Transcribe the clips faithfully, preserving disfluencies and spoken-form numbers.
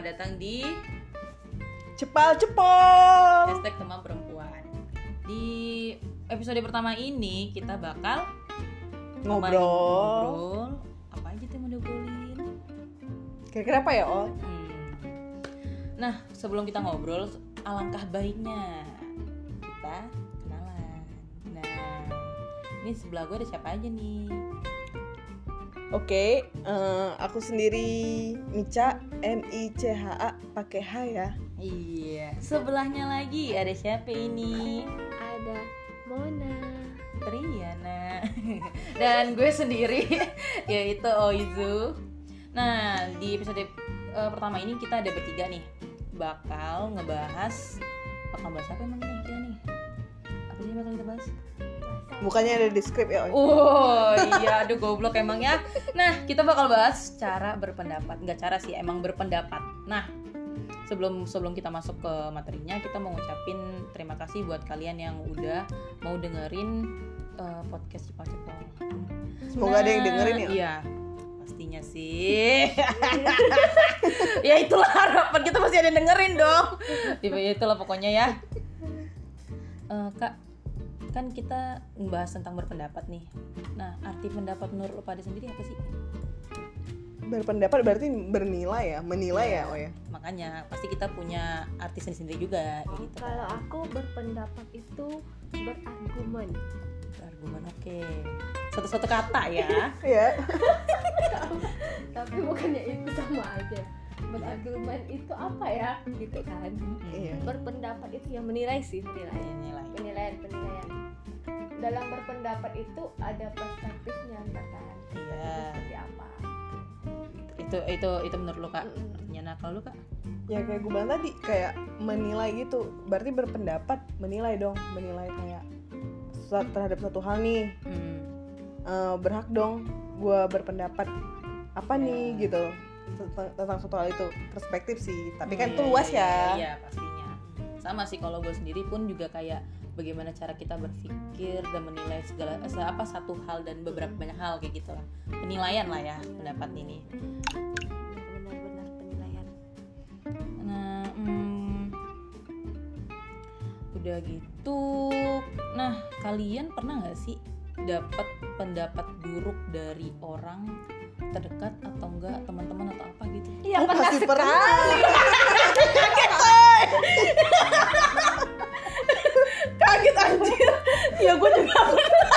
datang di Cepal Cepol hashtag teman perempuan. Di episode pertama ini kita bakal ngobrol. ngobrol apa aja tuh yang mau diobrolin? Kira-kira apa ya, Ol? Hmm. Nah, sebelum kita ngobrol, alangkah baiknya kita kenalan. Nah, ini sebelah gue ada siapa aja nih? Oke, uh, aku sendiri Mica, M I C H A pakai H ya. Iya. Sebelahnya lagi ada siapa ini? Ada Mona, Triana. Dan gue sendiri yaitu Oizu. Nah, di episode uh, pertama ini kita ada bertiga nih. Bakal ngebahas bakal bahas apa emang nih kita nih? Apa sih yang bakal kita bahas? Bukannya ada di skrip ya, Ol? Oh iya, aduh goblok emang ya. Nah, kita bakal bahas cara berpendapat. Enggak cara sih, emang berpendapat. Nah, sebelum sebelum kita masuk ke materinya, kita mau ngucapin terima kasih buat kalian yang udah mau dengerin uh, podcast Cepal-Cepal. Semoga nah, ada yang dengerin ya. Iya, pastinya sih. Ya itulah harapan kita, pasti ada yang dengerin dong. Ya itulah pokoknya ya. Uh, Kak, kan kita membahas tentang berpendapat nih. Nah, arti pendapat menurut lo pada sendiri apa sih? Berpendapat berarti bernilai ya, menilai ya, ya oh ya. Makanya pasti kita punya arti sendiri juga oh, gitu. kalau aku berpendapat itu berargumen. Berargumen, oke. Satu-satu kata ya. Iya. Tapi bukannya itu sama aja. Berargumen itu apa ya? Gitu kan. Iya. Berpendapat itu yang menilai sih, menilai. Nilai. Penilaian, penilaian. Dalam berpendapat itu ada perspektifnya kan. Iya. Seperti apa? Itu itu itu menurut lo, Kak. Mm-mm. Artinya nah kalau lo, Kak? Ya kayak gue bilang tadi, kayak menilai gitu. Berarti berpendapat menilai dong, menilai kayak suat- terhadap satu hal nih. Hmm. Uh, berhak dong gue berpendapat apa Ya. nih gitu tentang, tentang suatu hal itu, perspektif sih, tapi kan Iya, itu luas iya, ya. Iya, pastinya. Sama sih kalau gue sendiri pun juga kayak bagaimana cara kita berpikir dan menilai segala eh, apa satu hal dan beberapa banyak hal kayak gitu lah. Penilaian lah ya pendapat ini. Benar-benar penilaian. Nah, hmm, udah gitu. Nah, kalian pernah nggak sih dapat pendapat buruk dari orang terdekat atau enggak, teman-teman atau apa gitu? Iya, Oh, pasti pernah. Kaget anjir. Ya gue juga pernah.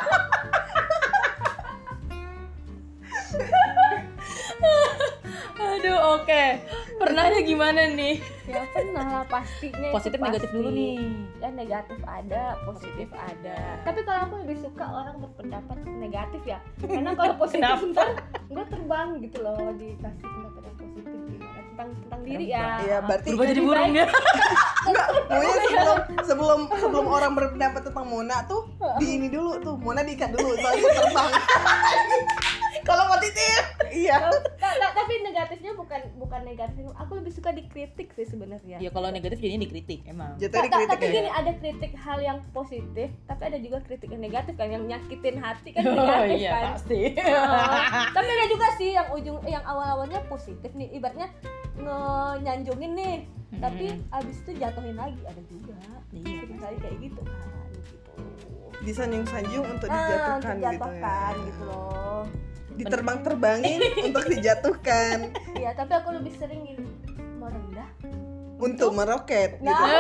Aduh, oke. Okay. Pernahnya gimana nih? Ya pernah lah pastinya. Positif itu negatif pasti. dulu nih. Ya negatif ada, positif ada. Tapi kalau aku lebih suka orang berpendapat negatif ya. Karena kalau positif Kenapa? ntar gue terbang gitu loh, dikasih pendapat yang positif gimana tentang tentang diri ya. Iya, berarti Berubah jadi burung ya. enggak, pokoknya sebelum sebelum sebelum orang berpendapat tentang Mona tuh di ini dulu tuh, Mona diikat dulu soalnya terbang. Kalau positif, iya. Nah, nah, tapi negatifnya bukan bukan negatif. Aku lebih suka dikritik sih sebenarnya. Ya kalau negatif jadinya dikritik emang. Jatuh Ta- ta- dikritik tapi ya. gini, ada kritik hal yang positif, tapi ada juga kritik yang negatif kan, yang nyakitin hati kan Oh negatif iya kan. pasti. Nah, tapi ada juga sih yang ujung yang awal-awalnya positif nih, ibaratnya ngenyanjungin nih, Hmm. tapi abis itu jatuhin lagi, ada juga. Iya, Sering kali kayak gitu kan, gitu. Disanjung-sanjung untuk Nah, dijatuhkan untuk gitu ya. jatuhkan gitu loh. Diterbang-terbangin untuk dijatuhkan, Iya, tapi aku lebih sering gini, merendah. untuk meroket gitu. Nah,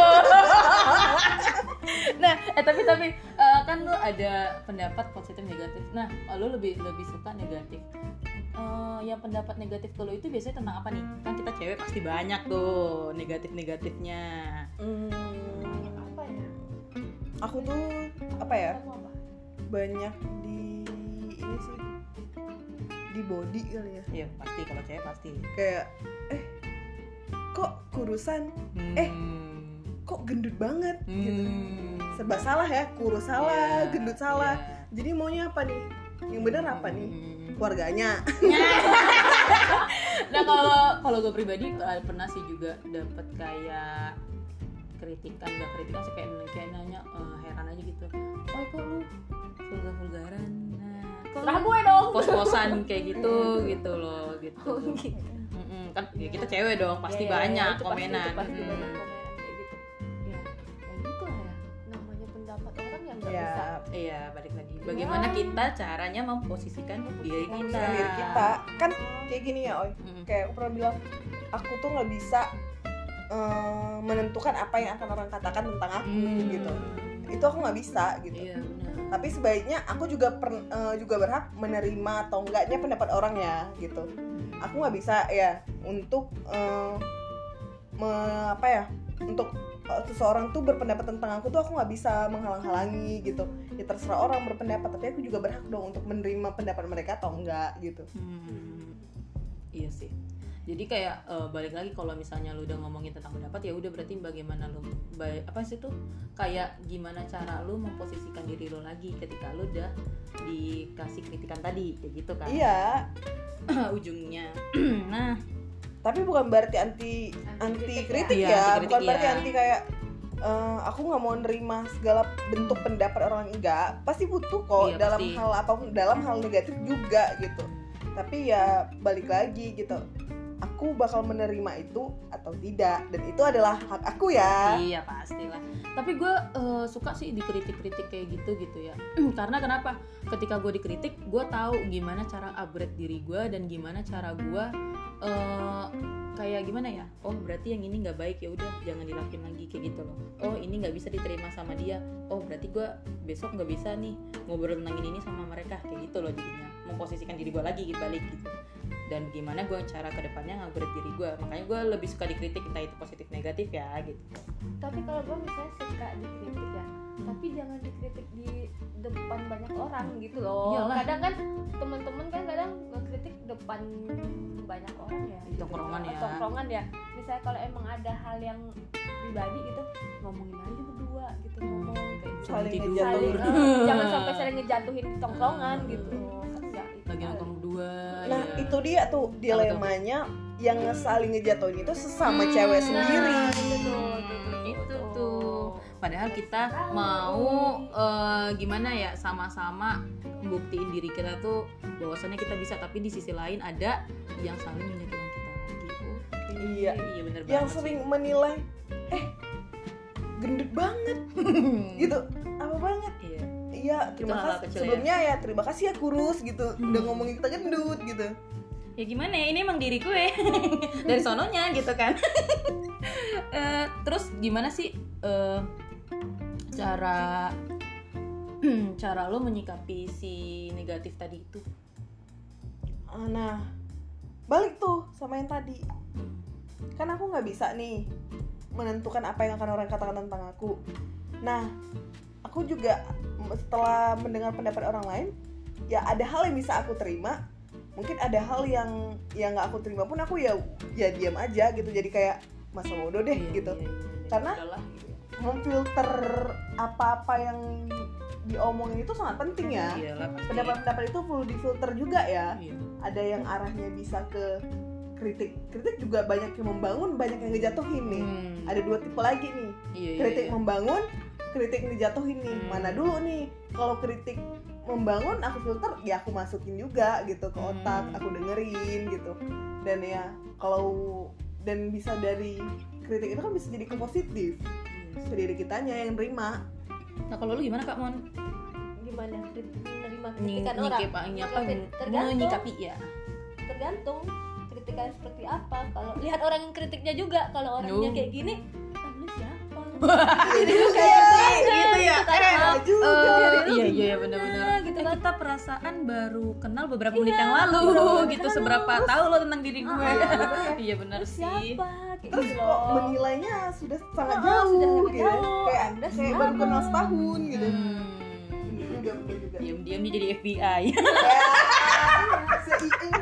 Nah, eh tapi tapi eh, kan lu ada pendapat positif negatif. Nah, lu lebih lebih suka negatif. Eh, yang pendapat negatif kalau itu biasanya tentang apa nih? Kan kita cewek pasti banyak tuh negatif-negatifnya. Hmm, apa ya? aku tuh apa ya? Kamu apa? Banyak di ini sih, di body kali ya. Iya, pasti kalau cewek pasti. Kayak eh kok kurusan, Hmm. Eh, kok gendut banget gitu. Hmm. Serba salah ya, kurus salah, Iya, gendut salah. iya. Jadi maunya apa nih? Yang benar apa nih? Hmm. Keluarganya. Nah, kalau kalau gue pribadi eh, pernah sih juga dapat kayak kritikan, gak kritikan sih, kayak, kayak nanya eh, heran aja gitu. Oh, kok lu vulgar-vulgaran? Nah, kok Serah lu gue dong. pos-posan kayak gitu gitu loh gitu. Oh, gitu. Mm-mm. kan ya kita cewek dong pasti Ya, ya, ya, banyak itu pasti, komenan. itu pasti Hmm. banyak komenan kayak gitu. Ya, ya gitu lah ya. Namanya pendapat orang yang nggak Ya, bisa. Iya, balik lagi. Bagaimana kita caranya memposisikan diri kita? Posisikan diri kita kan kayak gini ya, Oi. Mm-mm. Kayak aku pernah bilang, aku tuh nggak bisa eh, menentukan apa yang akan orang katakan tentang aku Hmm. gitu. Itu aku nggak bisa gitu. Iya benar. Tapi sebaiknya aku juga per, eh, juga berhak menerima atau enggaknya pendapat orang ya gitu. Aku nggak bisa ya untuk eh, me- apa ya untuk eh, seseorang tuh berpendapat tentang aku tuh aku nggak bisa menghalang-halangi gitu. Ya terserah orang berpendapat, tapi aku juga berhak dong untuk menerima pendapat mereka atau enggak gitu. Hmm. Iya sih. Jadi kayak eh, balik lagi kalau misalnya lu udah ngomongin tentang pendapat ya udah berarti bagaimana lu ba- apa sih tuh kayak gimana cara lu memposisikan diri lu lagi ketika lu udah dikasih kritikan tadi kayak gitu kan. Iya, Ujungnya. Nah, tapi bukan berarti anti anti Anti-kritik kritik ya. ya, Iya, anti-kritik bukan berarti ya. anti kayak eh, aku nggak mau nerima segala bentuk pendapat orang, enggak, pasti butuh kok Iya, dalam pasti. hal apapun, dalam hal negatif juga gitu. Tapi ya balik lagi gitu, aku bakal menerima itu atau tidak, dan itu adalah hak aku ya. iya pastilah. Tapi gue eh, suka sih dikritik-kritik kayak gitu gitu ya. Karena kenapa? Ketika gue dikritik, gue tahu gimana cara upgrade diri gue dan gimana cara gue eh, kayak gimana ya. Oh berarti yang ini nggak baik, ya udah jangan dilakuin lagi kayak gitu loh. Oh ini nggak bisa diterima sama dia. Oh berarti gue besok nggak bisa nih ngobrol tentang ini sama mereka kayak gitu loh jadinya. Memposisikan diri gue lagi gitu, balik gitu. Dan gimana gue cara kedepannya ngupgrade diri gue. Makanya gue lebih suka dikritik, entah itu positif negatif ya gitu. Tapi kalau gue misalnya suka dikritik ya, tapi jangan dikritik di depan banyak orang gitu loh. Iyalah. Kadang kan teman-teman kan kadang ngekritik depan banyak orang ya. Di tongkrongan gitu. ya. Tongkrongan ya. Misalnya kalau emang ada hal yang pribadi gitu, ngomongin aja berdua gitu, ngomong kayak gitu. Saling Tidur. ngejatuhin. Saling, eh, jangan sampai saling ngejatuhin di tongkrongan Hmm. gitu. Kan enggak itu Lagi kali. nongkrong berdua. Nah ya. itu dia tuh dilemanya, yang saling ngejatuhin itu sesama Hmm, cewek nah, sendiri. Itu tuh, itu tuh, Itu tuh. Padahal kita mau eh, gimana ya, sama-sama membuktiin diri kita tuh bahwasannya kita bisa, tapi di sisi lain ada yang saling menyakitkan kita lagi. Oke. Iya. Iya benar banget. Yang sih. sering menilai, eh gendut banget gitu, apa banget. Iya. Iya, terima hal-hal kasih. kecil ya. Sebelumnya ya terima kasih ya kurus gitu, udah Hmm. ngomongin kita gendut gitu. Ya gimana ya, ini emang diri gue dari sononya gitu kan. Eh, terus gimana sih eh, cara cara lo menyikapi si negatif tadi itu? Ah, Nah, balik tuh sama yang tadi. Kan aku nggak bisa nih menentukan apa yang akan orang katakan tentang aku. Nah, aku juga setelah mendengar pendapat orang lain, ya ada hal yang bisa aku terima, mungkin ada hal yang yang nggak aku terima pun aku ya ya diam aja gitu. Jadi kayak masa bodoh deh Iya, gitu. iya, iya. Karena- Udahlah, gitu. Memfilter apa-apa yang diomongin itu sangat penting ya. Iyalah, pasti. Pendapat-pendapat itu perlu difilter juga ya. Iya. Ada yang arahnya bisa ke kritik. Kritik juga banyak yang membangun, banyak yang ngejatuhin nih. Hmm. Ada dua tipe lagi nih. Iya, iya, Kritik iya. membangun, kritik ngejatuhin nih. Hmm. Mana dulu nih? Kalau kritik membangun aku filter, ya aku masukin juga gitu ke otak, Hmm. aku dengerin gitu. Dan ya kalau dan bisa dari kritik itu kan bisa jadi ke positif Iya. ke diri kitanya yang nerima. Nah kalau lu gimana Kak Mon? Gimana krit- menerima Ny- kritikan orang? nyikip- apa, Nyikapin- tergantung. menyikapi ya. tergantung kritikan seperti apa. Kalau lihat orang yang kritiknya juga, kalau orangnya Yo. kayak gini, ah, lu siapa? Iya, gitu ya. kan, Eh, ah, juga. Eh, iya iya iya benar-benar. gitu Eh, kan. kita perasaan baru kenal beberapa Iya, menit yang lalu bener-bener. gitu, Halo. seberapa tahu lo tentang diri gue. Ah, ah, Iya benar Lu sih. siapa? Kayak Terus gitu kok loh. menilainya sudah sangat Oh, jauh sudah sangat gitu. jauh. Kayak Anda kayak baru siapa? kenal setahun gitu. Hmm. Juga bener juga. Diam-diam dia jadi F B I. Ya, se-i-ing.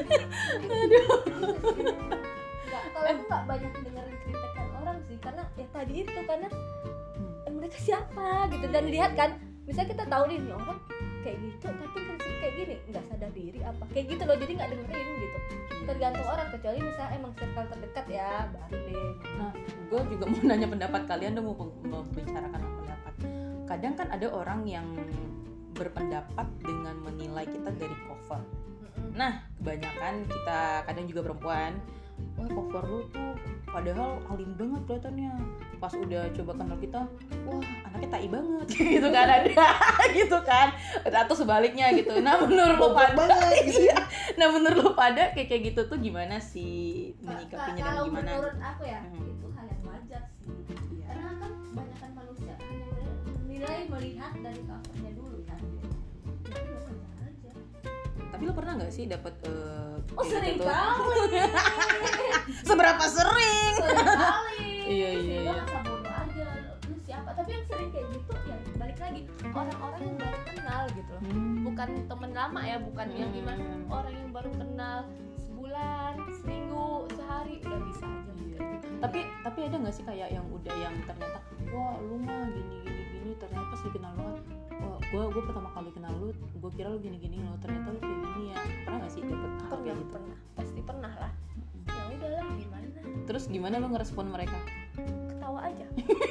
Nggak, kalau aku nggak banyak dengerin kritikan orang sih, karena ya tadi itu karena eh, mereka siapa gitu, dan lihat kan, misalnya kita tahu nih nih orang kayak gitu tapi kritik kayak gini, nggak sadar diri apa kayak gitu loh, jadi nggak dengerin gitu. Tergantung orang, kecuali misalnya emang circle terdekat ya baru deh. Nah, gue juga mau nanya pendapat kalian dong, mau mau membicarakan pendapat. Kadang kan ada orang yang berpendapat dengan menilai kita dari cover. Nah, kebanyakan kita kadang juga perempuan wah cover lu tuh padahal alim banget kelihatannya, pas udah coba kenal kita, wah anaknya tai banget gitu kan, ada gitu kan, atau sebaliknya gitu. Nah menurut lo pada gitu ya. nah menurut lo pada kayak kayak gitu tuh gimana sih menyikapinya dan Kalau gimana? menurut aku ya Hmm. itu hal yang wajar sih, Iya. karena kan kebanyakan manusia hanya menilai melihat dari covernya dulu kan. Ya udah wajar aja. Tapi lo pernah nggak sih dapet uh, Oh kayak sering gitu? kali. Seberapa sering? Sering kali. Iya, iya, Sehingga iya. masa bodoh aja. Lu siapa? Tapi yang sering kayak gitu ya balik lagi orang-orang yang baru kenal gitu loh. Hmm. Bukan temen lama ya, bukan yang gimana, Hmm. orang yang baru kenal sebulan, seminggu, sehari udah bisa aja Iya. gitu. Tapi tapi ada nggak sih kayak yang udah yang ternyata wah lu mah gini gini gini, ternyata pas dikenal banget, wah gua gua pertama kali kenal lu gua kira lu gini gini lo, ternyata lu kayak gini ya. Pernah nggak sih dapet hal Pernah, kayak gitu? pernah, pasti pernah lah. Ya udahlah gimana, Terus gimana lu ngerespon mereka? ketawa aja.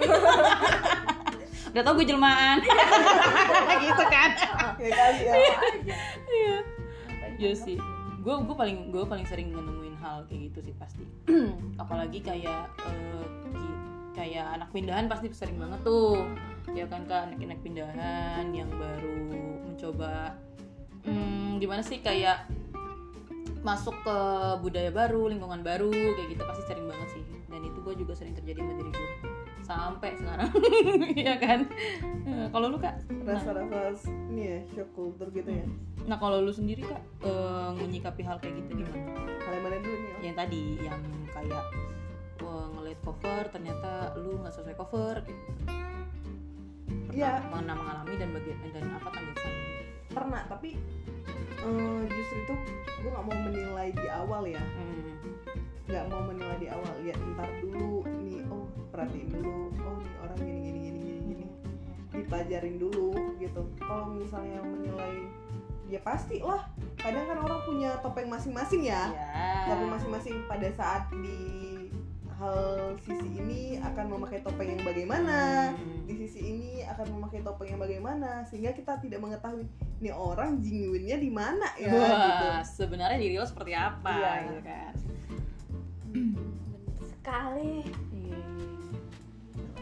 Udah tau gue jelmaan gitu kan? Kayak kali ya. Ketawa aja. Iya. Ngapain Iya tanggap sih. Gue gue paling gue paling sering nemuin hal kayak gitu sih pasti. Apalagi kayak eh, ki- kayak anak pindahan pasti sering banget tuh. Ya kan kak, anak-anak pindahan yang baru mencoba hmm, gimana sih kayak masuk ke budaya baru, lingkungan baru kayak gitu pasti sering banget sih. Dan itu gue juga sering terjadi sama diri gue sampai sekarang. Iya kan? Eh, Kalau lu kak? Nah, Rasa-rasa ini ya shock culture gitu ya. nah kalau lu sendiri kak eh, menyikapi hal kayak gitu gimana? Hal yang mana dulu nih? Om? Yang tadi yang kayak wah, ngeliat cover ternyata lu nggak sesuai cover gitu. Iya. Pernah mengalami dan bagian dan apa tanggapan? Pernah, tapi eh, justru itu gue nggak mau menilai di awal ya. Hmm. Nggak mau menilai di awal, lihat ntar dulu nih, oh perhatiin dulu, oh nih orang gini gini gini gini gini, dipelajarin dulu gitu. Kalau misalnya menilai, ya pasti lah, kadang kan orang punya topeng masing-masing ya. Ya. Topeng masing-masing pada saat di hal sisi ini akan memakai topeng yang bagaimana, Hmm. di sisi ini akan memakai topeng yang bagaimana, sehingga kita tidak mengetahui nih orang genuine-nya di mana ya. Wah, Gitu. sebenarnya diri lo seperti apa Iya. gitu kan? Bener sekali. Iya, iya, iya.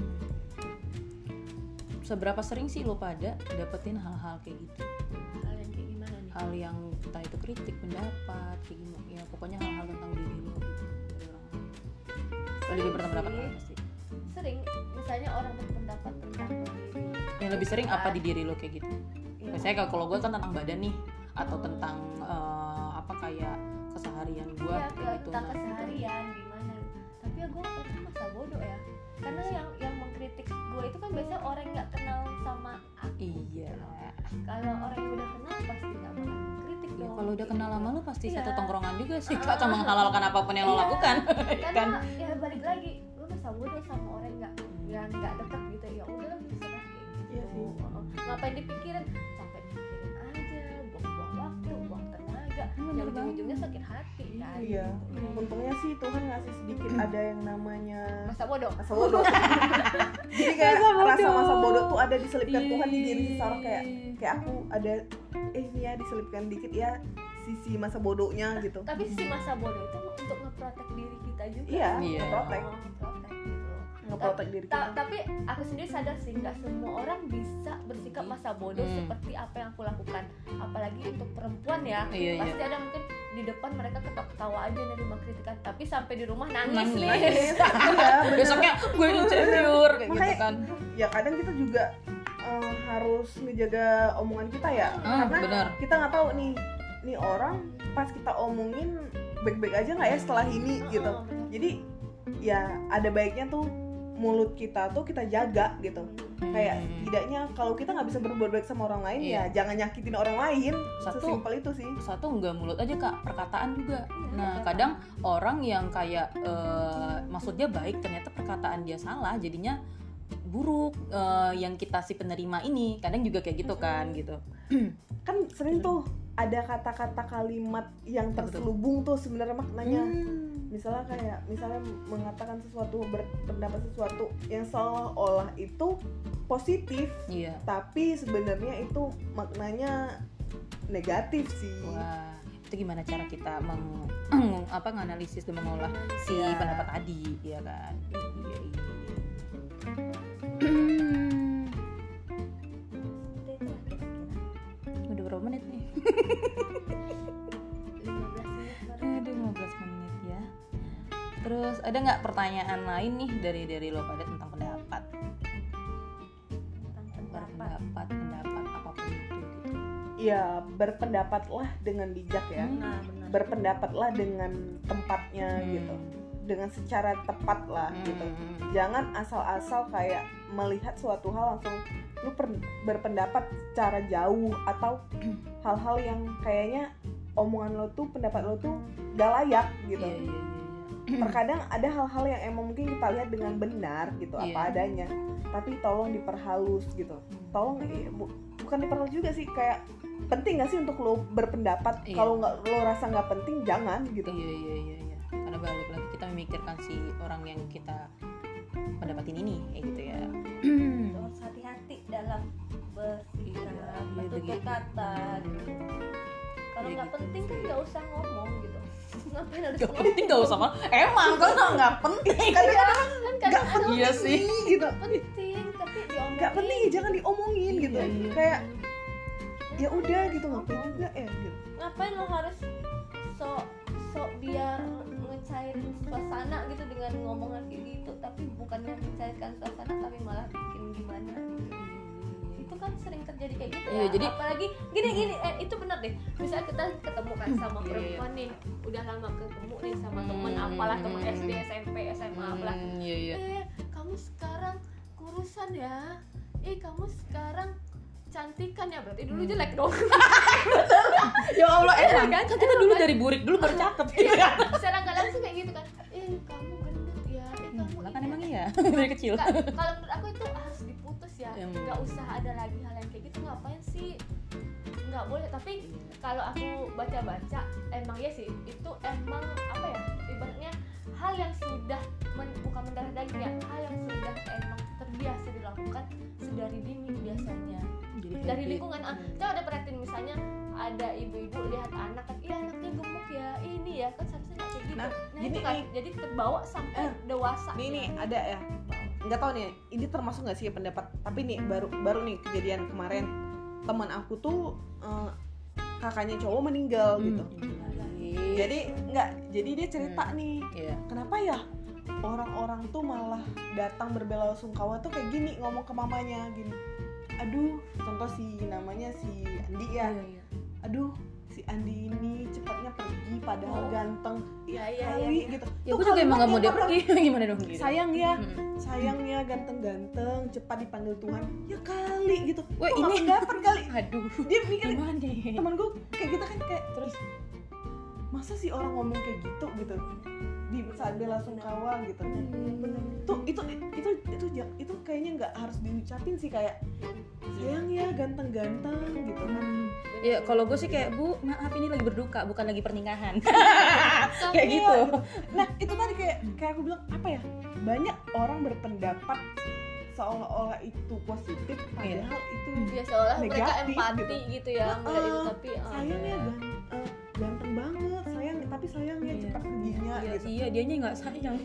Seberapa sering sih lo pada dapetin hal-hal kayak gitu? Hal yang kayak gimana nih? Hal yang entah itu kritik, pendapat, kayak gimana? Ya pokoknya hal-hal tentang diri lo gitu dari orang lain. Kalau dia berpendapat sih. apa sih? Sering misalnya orang berpendapat tentang diri. Yang lebih sering apa di diri lo kayak gitu? Iya. Misalnya kalau- kalau gue kan tentang badan nih, atau tentang eh, apa kayak keseharian gue Iya, kayak gitu. tentang Nah, keseharian gimana. Tapi ya gue orangnya masa bodoh ya. Karena yang yang mengkritik gue itu kan biasanya orang yang nggak kenal sama aku. Iya. Kalau orang yang udah kenal pasti nggak bakal kritik Ya, dong. kalau udah kenal lama lo pasti Iya. satu tongkrongan juga sih kak, sama menghalalkan apapun yang lo Iya. lakukan. Karena kan? ya balik lagi, lu masa bodoh sama orang yang nggak yang nggak dekat gitu. Ya udah terserah kayak gitu. Iya sih. Heeh. Ngapain dipikirin? Capek mikirin aja, buang-buang waktu, buang tenaga. Bener Ya banget. ujung-ujungnya sakit hati kan. Iya, gitu. untungnya sih Tuhan ngasih sedikit ada yang namanya Masa bodoh. masa bodoh. Jadi kayak Masa bodoh. rasa masa bodoh tuh ada diselipkan Iya. Tuhan di diri seseorang, kayak kayak aku ada eh ini ya diselipkan dikit ya sisi masa bodohnya gitu. Tapi si masa bodoh itu untuk ngeprotek diri kita juga. Iya, Iya. ngeprotek, Oh, ngeprotek gitu. ngeprotek diri Ta- kita. tapi aku sendiri sadar sih nggak semua orang bisa bersikap masa bodoh Hmm. seperti apa yang aku lakukan, apalagi untuk perempuan ya. Iya, iya. Pasti ada mungkin di depan mereka ketawa-ketawa aja nerima kritikan, tapi sampai di rumah nangis, Nangis. nih. Iya, bener. Besoknya gue insecure kayak gitu Makanya- kan. Ya kadang kita juga eh, harus ngejaga omongan kita ya, Ah, karena benar. kita nggak tahu nih nih orang pas kita omongin baik-baik aja nggak ya setelah ini gitu. Oh, bener. Jadi ya ada baiknya tuh mulut kita tuh kita jaga gitu. Kayak Hmm. setidaknya kalau kita nggak bisa berbuat baik sama orang lain, Iya. ya jangan nyakitin orang lain. Satu- Sesimpel itu sih. Satu nggak mulut aja kak, perkataan juga. Iya, Nah perkataan. kadang orang yang kayak eh, maksudnya baik ternyata perkataan dia salah, jadinya buruk. Eh, yang kita si penerima ini kadang juga kayak gitu kan gitu. Kan sering tuh ada kata-kata kalimat yang Betul. terselubung tuh sebenarnya maknanya. Hmm. Misalnya kayak misalnya mengatakan sesuatu, berpendapat sesuatu yang seolah-olah itu positif, Iya. tapi sebenarnya itu maknanya negatif sih. Wah, itu gimana cara kita meng, apa nganalisis dan mengolah si Ya. pendapat tadi, ya kan? Iya iya. Seperti itulah kira-kira. Udah berapa menit nih? lima belas menit baru. Aduh, lima belas menit ya. Terus ada nggak pertanyaan lain nih dari dari lo pada tentang pendapat? Tentang pendapat. Pendapat, pendapat apapun itu gitu. Ya berpendapatlah dengan bijak ya. Hmm. Nah, benar. Berpendapatlah dengan tempatnya Hmm. gitu. Dengan secara tepat lah gitu. Hmm. Jangan asal-asal kayak melihat suatu hal langsung lu per- berpendapat secara jauh atau hal-hal yang kayaknya omongan lo tuh, pendapat lo tuh gak layak gitu. Iya iya iya. Terkadang ada hal-hal yang emang mungkin kita lihat dengan benar gitu, Iya. apa adanya, tapi tolong diperhalus gitu. Tolong eh, bu- bukan diperhalus juga sih, kayak penting gak sih untuk lo berpendapat? Iya. Kalau nggak lo rasa nggak penting, jangan gitu. Iya iya iya iya. Karena balik lagi kita memikirkan si orang yang kita pendapatin ini kayak gitu ya. Harus hati-hati dalam berbicara, Iya, iya, bertutur begitu. kata gitu. Kalau Iya, nggak gitu penting kan sih. nggak usah ngomong gitu. Ngapain harus Gak ngomong? penting gak usah mah. Emang kalau nggak penting. Kan Kan kadang nggak ada Iya sih. gitu, penting tapi diomongin. nggak penting ya jangan diomongin gitu. Iya, iya. Kayak ya udah gitu, ngapain juga ya gitu. Ngapain lo harus sok sok biar ngecairin suasana gitu dengan ngomongan kayak gitu, tapi bukannya mencairkan suasana tapi malah bikin gimana gitu. Itu kan sering terjadi kayak gitu Iya, ya. jadi- Apalagi gini gini eh, itu benar deh. Misalnya kita ketemu kan sama Iya, perempuan nih, udah lama ketemu nih sama temen Hmm, apalah temen hmm, S D, S M P, S M A apalah. Hmm, iya iya. Eh, kamu sekarang kurusan ya. Eh, kamu sekarang cantikan ya, berarti dulu Hmm. jelek dong. Ya Allah, emang kan? kan kita dulu dari burik dulu baru cakep gitu Iya, kan. secara nggak langsung kayak gitu kan. Eh, kamu gendut ya. Eh, kamu Lah kan ini emang ya. iya dari kecil. Nggak, kalau menurut aku itu harus diputus ya. Hmm. Nggak usah ada lagi hal yang kayak gitu. Ngapain sih? Nggak boleh. Tapi kalau aku baca-baca, emang ya sih itu emang apa ya? Ibaratnya hal yang sudah men- bukan mendarah daging ya, hal yang sudah emang terbiasa dilakukan sedari dini biasanya. Jadi Dari habit. lingkungan, ah, Hmm. coba ada perhatiin misalnya ada ibu-ibu lihat anak kan, iya anaknya gemuk ya, ini ya kan seharusnya nggak kayak gitu. Nah, Nah, gini itu kan nih. jadi terbawa sampai Eh, dewasa. Nih gitu. nih ada ya, nggak tahu nih ini termasuk nggak sih pendapat, tapi nih baru baru nih kejadian kemarin teman aku tuh eh, kakaknya cowok meninggal gitu. Hmm. Jadi nggak, jadi dia cerita Hmm. nih, Iya. kenapa ya orang-orang tuh malah datang berbela-sungkawa tuh kayak gini, ngomong ke mamanya gini, aduh contoh si namanya si Andi ya, Iya, iya. aduh si Andi ini cepatnya pergi padahal Oh. ganteng, Iya, ya iya, kali iya. gitu. Ya Tuh gue juga emang kalimat gak mau yang dia orang- pergi. Gimana dong gitu. sayang ya, Hmm. sayang ya ganteng-ganteng cepat dipanggil Tuhan, ya kali gitu. Wah, Kok nggak ini- pendapat kali, Aduh. dia mikir Gimana nih? temen gue kayak gitu kan, kayak terus masa sih orang ngomong kayak gitu gitu di saat bela sungkawa gitu. Tuh itu itu itu itu, itu kayaknya nggak harus diucapin sih, kayak sayang ya ganteng-ganteng gitu kan. Ya kalau gue sih kayak, Bu, maaf ini lagi berduka, bukan lagi pernikahan. Tapi Kayak gitu. Nah itu tadi kayak kayak aku bilang apa ya, banyak orang berpendapat seolah-olah itu positif padahal itu ya seolah mereka Negatif, empati gitu. gitu, ya melihat itu, Heeh. tapi ah, sayang ya gan- eh, ganteng banget sayang, tapi sayang ya Iya. cepat perginya Iya, gitu. iya dianya nggak sayang.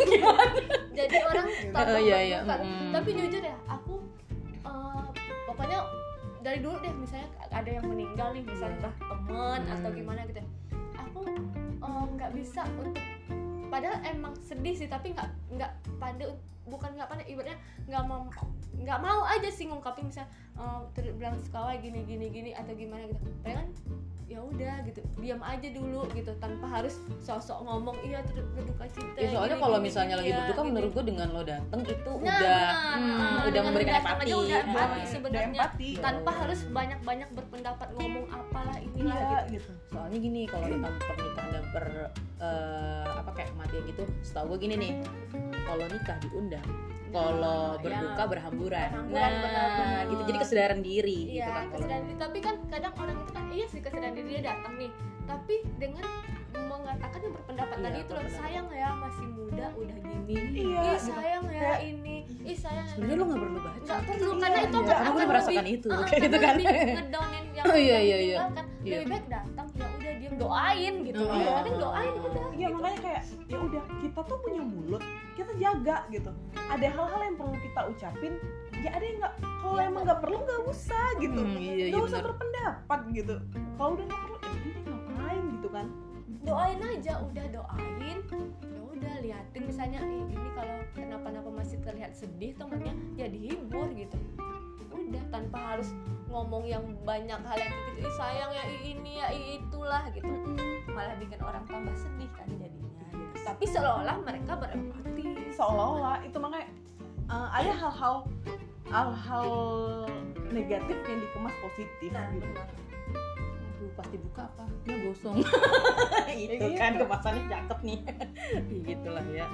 jadi orang tambah Oh, iya, iya. berduka. Mm. Tapi jujur ya, aku eh, pokoknya dari dulu deh, misalnya ada yang meninggal nih, misalnya entah temen Hmm. atau gimana gitu, aku eh, nggak bisa untuk, padahal emang sedih sih, tapi nggak nggak pandai, bukan nggak pandai, ibaratnya nggak mau nggak mau aja sih ngungkapin misalnya eh, terbilang sekawa gini gini gini atau gimana gitu. Padahal kan ya udah gitu, diam aja dulu gitu, tanpa harus sosok ngomong iya turut berduka cita. Ya soalnya gini, kalau gini, misalnya gini, lagi ya, berduka, gini. menurut gue dengan lo dateng itu Nah, udah benar. hmm, Nah, udah dengan memberikan datang empati. aja udah Nah, empati Udah sebenarnya, empati. tanpa harus banyak-banyak berpendapat ngomong apalah inilah Iya gitu. gitu. Soalnya gini, kalau tentang pernikahan dan per eh, apa kayak kematian gitu, setahu gue gini nih, kalau nikah diundang, kalau Nah, berduka ya. berhamburan. Berhamburan, Nah, benar-benar. gitu. Jadi kesadaran diri gitu Iya, kan. kalau- kesadaran diri. Tapi kan kadang orang itu kan iya sih kesadaran diri, dia datang nih, tapi dengan mengatakan yang berpendapat Iya, tadi itu loh, berpendapat. sayang ya masih muda udah gini, Iya, ih gitu. sayang ya Kayak- ini, ih sayang ya Sebenarnya lo nggak perlu baca. nggak perlu, Iya, karena itu iya. akan Karena gue akan merasakan lebih- itu, uh, kayak gitu karena kan. lebih ngedownin yang Oh, iya, yang iya, iya. ditinggalkan. Iya. Lebih baik datang ya udah dia Iya, doain gitu. Oh, Iya, iya. kadang doain udah. Iya makanya kayak ya udah kita tuh punya mulut, kita jaga gitu. Ada hal-hal yang perlu kita ucapin, ya ada yang nggak. Kalau Iya, emang nggak perlu nggak usah gitu. Hmm, iya, Nggak iya, usah bener. berpendapat gitu. Kalau udah nggak perlu, ya udah deh, ngapain gitu kan? Doain aja, udah doain. Ya udah liatin misalnya eh, ini kalau kenapa-napa masih terlihat sedih temennya, ya dihibur gitu. Udah tanpa harus ngomong yang banyak hal yang gitu, ih sayang ya ih ini ya ih itulah gitu. Malah bikin orang tambah sedih kan jadinya gitu. Tapi seolah-olah mereka berempati. Seolah-olah itu makanya uh, ada hal-hal hal-hal negatif yang dikemas positif Nah, gitu. benar. Aduh, pas dibuka apa? Ya gosong. Itu Gitu. kan kemasannya cakep nih. Gitulah ya.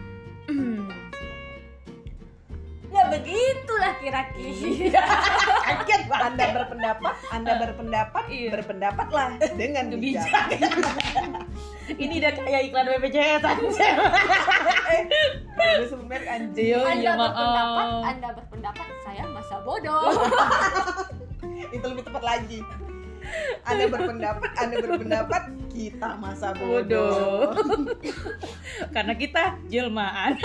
Ya begitulah kira-kira. Kaget banget. Anda berpendapat, Anda berpendapat, Iya. berpendapatlah dengan bijak. Ini udah kayak iklan B P J S aja. Udah sebenarnya anjing. Iya, Anda iya, berpendapat, maaf. Anda berpendapat saya masa bodoh. Itu lebih tepat lagi. Anda berpendapat, Anda berpendapat, kita masa Bodoh. bodoh. Karena kita jelmaan.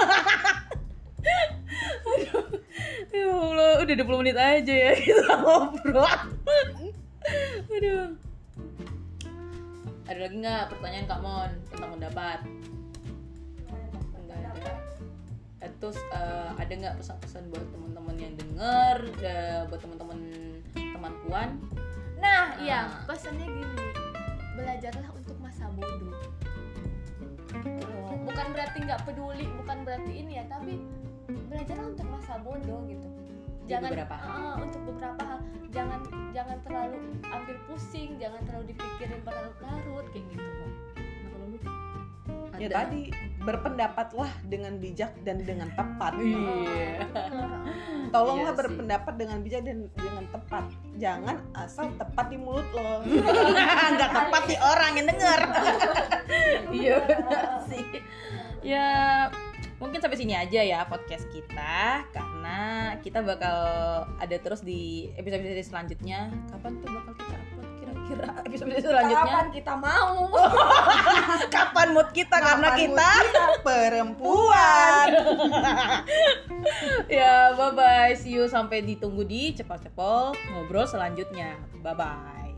Ya Allah, udah dua puluh menit aja ya kita ngobrol. Aduh. Ada lagi nggak pertanyaan Kak Mon tentang pendapat? Enggak ada. Eh, Terus eh, ada nggak pesan-pesan buat teman-teman yang denger, eh, buat teman-teman teman Puan? Nah, Ah. iya, pesannya gini. Belajarlah untuk masa bodoh. Gitu loh. Bukan berarti nggak peduli, bukan berarti ini ya, tapi belajarlah untuk masa bodoh gitu. Di beberapa hal. ah, untuk beberapa hal, jangan jangan terlalu ambil pusing, jangan terlalu dipikirin berlarut-larut kayak gitu loh. Nah, kalau lu Ya ada? tadi berpendapatlah dengan bijak dan dengan tepat. Iya. Tolonglah Iya sih. berpendapat dengan bijak dan dengan tepat. Jangan asal tepat di mulut lo. Nggak tepat di orang yang denger. Iya benar sih. Ya mungkin sampai sini aja ya podcast kita, karena kita bakal ada terus di episode-episode selanjutnya. Kapan tuh bakal kita upload kira-kira episode selanjutnya? Kapan kita mau? Kapan mood kita, karena Kapan kita mood kita perempuan. ya bye bye, see you, sampai ditunggu di Cepol-Cepol ngobrol selanjutnya. Bye bye.